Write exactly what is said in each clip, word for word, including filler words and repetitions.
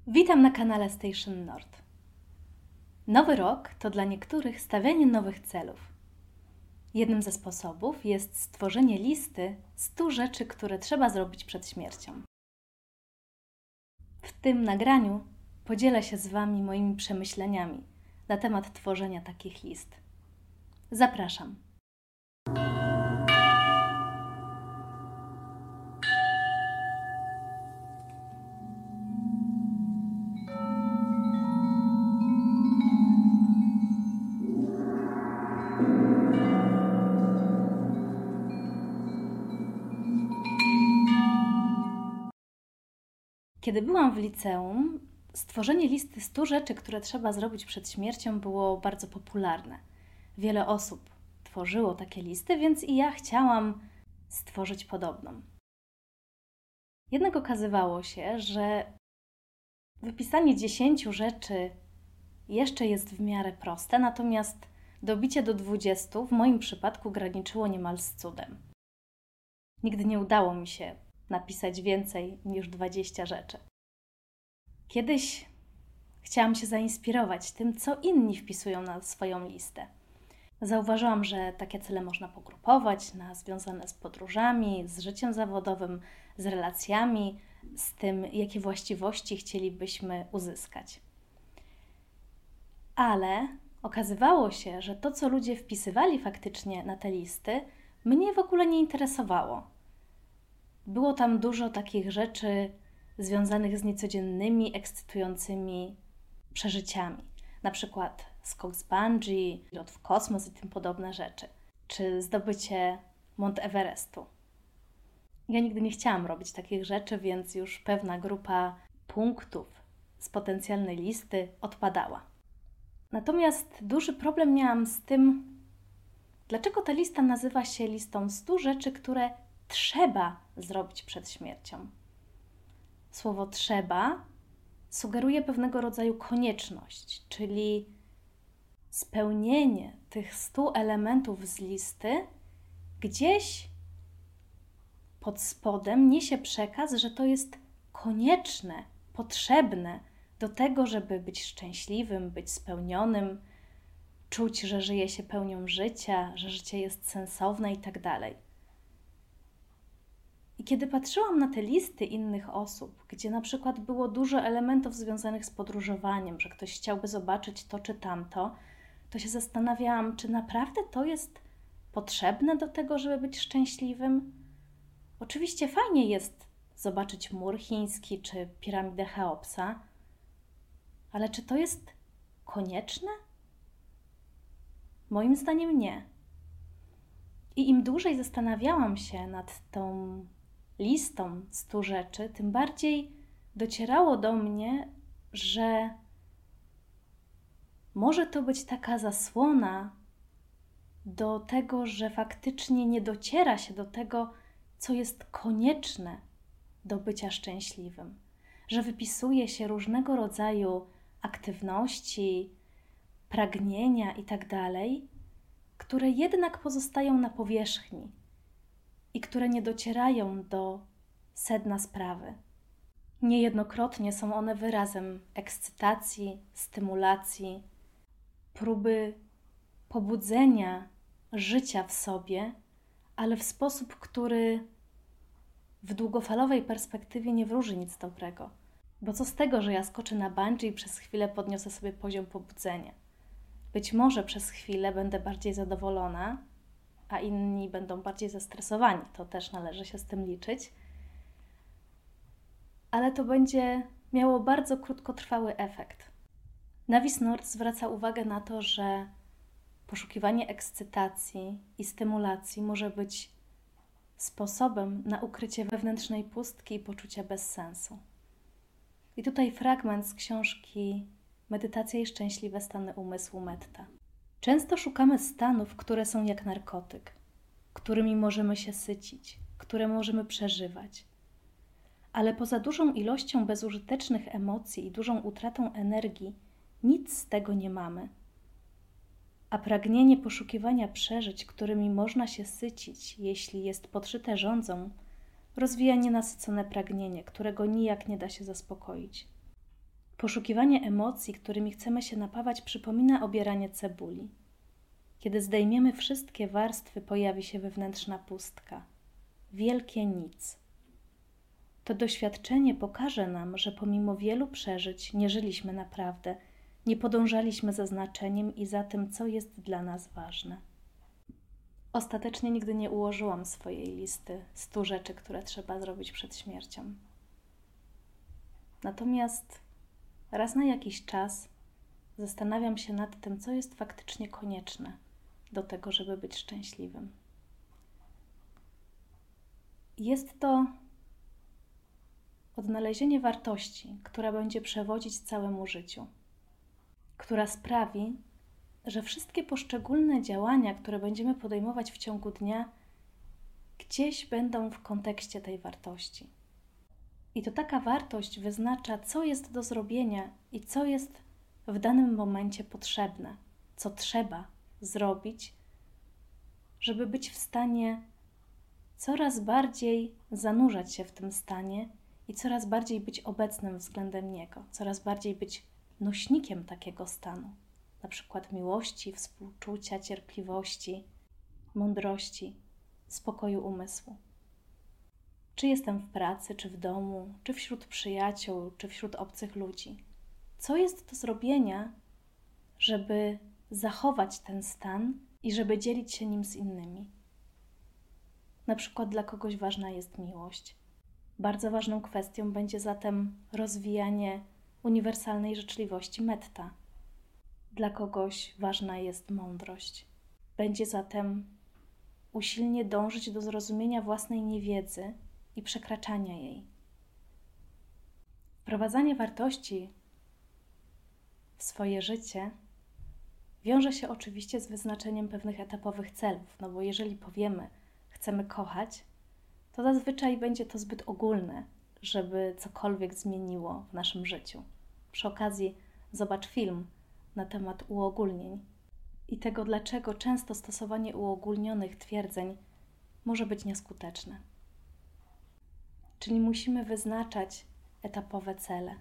Witam na kanale Station Nord. Nowy rok to dla niektórych stawianie nowych celów. Jednym ze sposobów jest stworzenie listy stu rzeczy, które trzeba zrobić przed śmiercią. W tym nagraniu podzielę się z Wami moimi przemyśleniami na temat tworzenia takich list. Zapraszam. Kiedy byłam w liceum, stworzenie listy stu rzeczy, które trzeba zrobić przed śmiercią, było bardzo popularne. Wiele osób tworzyło takie listy, więc i ja chciałam stworzyć podobną. Jednak okazywało się, że wypisanie dziesięciu rzeczy jeszcze jest w miarę proste, natomiast dobicie do dwudziestu w moim przypadku graniczyło niemal z cudem. Nigdy nie udało mi się napisać więcej niż dwadzieścia rzeczy. Kiedyś chciałam się zainspirować tym, co inni wpisują na swoją listę. Zauważyłam, że takie cele można pogrupować na związane z podróżami, z życiem zawodowym, z relacjami, z tym, jakie właściwości chcielibyśmy uzyskać. Ale okazywało się, że to, co ludzie wpisywali faktycznie na te listy, mnie w ogóle nie interesowało. Było tam dużo takich rzeczy związanych z niecodziennymi, ekscytującymi przeżyciami. Na przykład skok z bungee, lot w kosmos i tym podobne rzeczy. Czy zdobycie Mount Everestu. Ja nigdy nie chciałam robić takich rzeczy, więc już pewna grupa punktów z potencjalnej listy odpadała. Natomiast duży problem miałam z tym, dlaczego ta lista nazywa się listą stu rzeczy, które trzeba zrobić przed śmiercią. Słowo trzeba sugeruje pewnego rodzaju konieczność, czyli spełnienie tych stu elementów z listy gdzieś pod spodem niesie przekaz, że to jest konieczne, potrzebne do tego, żeby być szczęśliwym, być spełnionym, czuć, że żyje się pełnią życia, że życie jest sensowne i tak dalej. I kiedy patrzyłam na te listy innych osób, gdzie na przykład było dużo elementów związanych z podróżowaniem, że ktoś chciałby zobaczyć to czy tamto, to się zastanawiałam, czy naprawdę to jest potrzebne do tego, żeby być szczęśliwym? Oczywiście fajnie jest zobaczyć mur chiński czy piramidę Cheopsa, ale czy to jest konieczne? Moim zdaniem nie. I im dłużej zastanawiałam się nad tą listą stu rzeczy, tym bardziej docierało do mnie, że może to być taka zasłona do tego, że faktycznie nie dociera się do tego, co jest konieczne do bycia szczęśliwym. Że wypisuje się różnego rodzaju aktywności, pragnienia itd., które jednak pozostają na powierzchni i które nie docierają do sedna sprawy. Niejednokrotnie są one wyrazem ekscytacji, stymulacji, próby pobudzenia życia w sobie, ale w sposób, który w długofalowej perspektywie nie wróży nic dobrego. Bo co z tego, że ja skoczę na bungee i przez chwilę podniosę sobie poziom pobudzenia? Być może przez chwilę będę bardziej zadowolona, a inni będą bardziej zestresowani. To też należy się z tym liczyć. Ale to będzie miało bardzo krótkotrwały efekt. Navis Nord zwraca uwagę na to, że poszukiwanie ekscytacji i stymulacji może być sposobem na ukrycie wewnętrznej pustki i poczucia bezsensu. I tutaj fragment z książki Medytacja i szczęśliwe stany umysłu Metta. Często szukamy stanów, które są jak narkotyk, którymi możemy się sycić, które możemy przeżywać. Ale poza dużą ilością bezużytecznych emocji i dużą utratą energii, nic z tego nie mamy. A pragnienie poszukiwania przeżyć, którymi można się sycić, jeśli jest podszyte żądzą, rozwija nienasycone pragnienie, którego nijak nie da się zaspokoić. Poszukiwanie emocji, którymi chcemy się napawać, przypomina obieranie cebuli. Kiedy zdejmiemy wszystkie warstwy, pojawi się wewnętrzna pustka. Wielkie nic. To doświadczenie pokaże nam, że pomimo wielu przeżyć nie żyliśmy naprawdę, nie podążaliśmy za znaczeniem i za tym, co jest dla nas ważne. Ostatecznie nigdy nie ułożyłam swojej listy stu rzeczy, które trzeba zrobić przed śmiercią. Natomiast raz na jakiś czas zastanawiam się nad tym, co jest faktycznie konieczne do tego, żeby być szczęśliwym. Jest to odnalezienie wartości, która będzie przewodzić całemu życiu, która sprawi, że wszystkie poszczególne działania, które będziemy podejmować w ciągu dnia, gdzieś będą w kontekście tej wartości. I to taka wartość wyznacza, co jest do zrobienia i co jest w danym momencie potrzebne, co trzeba zrobić, żeby być w stanie coraz bardziej zanurzać się w tym stanie i coraz bardziej być obecnym względem niego, coraz bardziej być nośnikiem takiego stanu, na przykład miłości, współczucia, cierpliwości, mądrości, spokoju umysłu. Czy jestem w pracy, czy w domu, czy wśród przyjaciół, czy wśród obcych ludzi. Co jest do zrobienia, żeby zachować ten stan i żeby dzielić się nim z innymi? Na przykład dla kogoś ważna jest miłość. Bardzo ważną kwestią będzie zatem rozwijanie uniwersalnej życzliwości metta. Dla kogoś ważna jest mądrość. Będzie zatem usilnie dążyć do zrozumienia własnej niewiedzy i przekraczania jej. Wprowadzanie wartości w swoje życie wiąże się oczywiście z wyznaczeniem pewnych etapowych celów, no bo jeżeli powiemy, chcemy kochać, to zazwyczaj będzie to zbyt ogólne, żeby cokolwiek zmieniło w naszym życiu. Przy okazji zobacz film na temat uogólnień i tego, dlaczego często stosowanie uogólnionych twierdzeń może być nieskuteczne. Czyli musimy wyznaczać etapowe cele.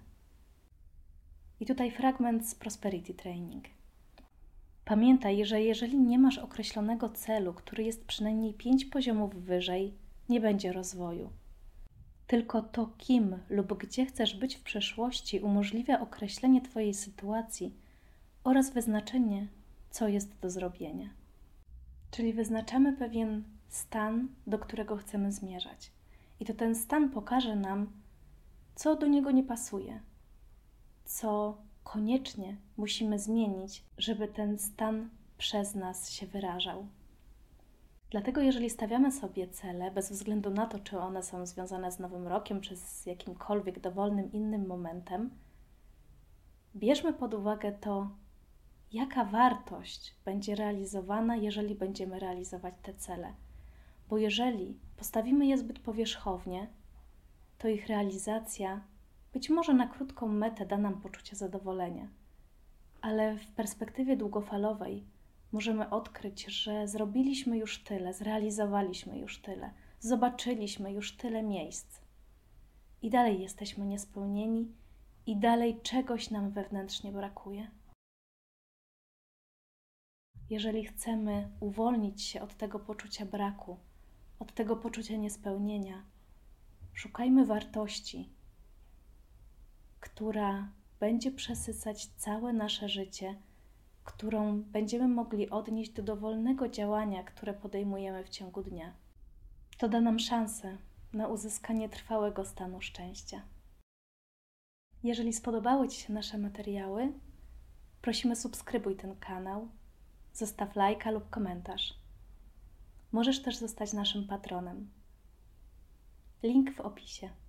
I tutaj fragment z Prosperity Training. Pamiętaj, że jeżeli nie masz określonego celu, który jest przynajmniej pięć poziomów wyżej, nie będzie rozwoju. Tylko to, kim lub gdzie chcesz być w przyszłości, umożliwia określenie Twojej sytuacji oraz wyznaczenie, co jest do zrobienia. Czyli wyznaczamy pewien stan, do którego chcemy zmierzać. I to ten stan pokaże nam, co do niego nie pasuje, co koniecznie musimy zmienić, żeby ten stan przez nas się wyrażał. Dlatego jeżeli stawiamy sobie cele, bez względu na to, czy one są związane z Nowym Rokiem, czy z jakimkolwiek dowolnym innym momentem, bierzmy pod uwagę to, jaka wartość będzie realizowana, jeżeli będziemy realizować te cele. Bo jeżeli postawimy je zbyt powierzchownie, to ich realizacja być może na krótką metę da nam poczucie zadowolenia, ale w perspektywie długofalowej możemy odkryć, że zrobiliśmy już tyle, zrealizowaliśmy już tyle, zobaczyliśmy już tyle miejsc i dalej jesteśmy niespełnieni i dalej czegoś nam wewnętrznie brakuje. Jeżeli chcemy uwolnić się od tego poczucia braku, od tego poczucia niespełnienia, szukajmy wartości, która będzie przesycać całe nasze życie, którą będziemy mogli odnieść do dowolnego działania, które podejmujemy w ciągu dnia. To da nam szansę na uzyskanie trwałego stanu szczęścia. Jeżeli spodobały Ci się nasze materiały, prosimy subskrybuj ten kanał, zostaw lajka lub komentarz. Możesz też zostać naszym patronem. Link w opisie.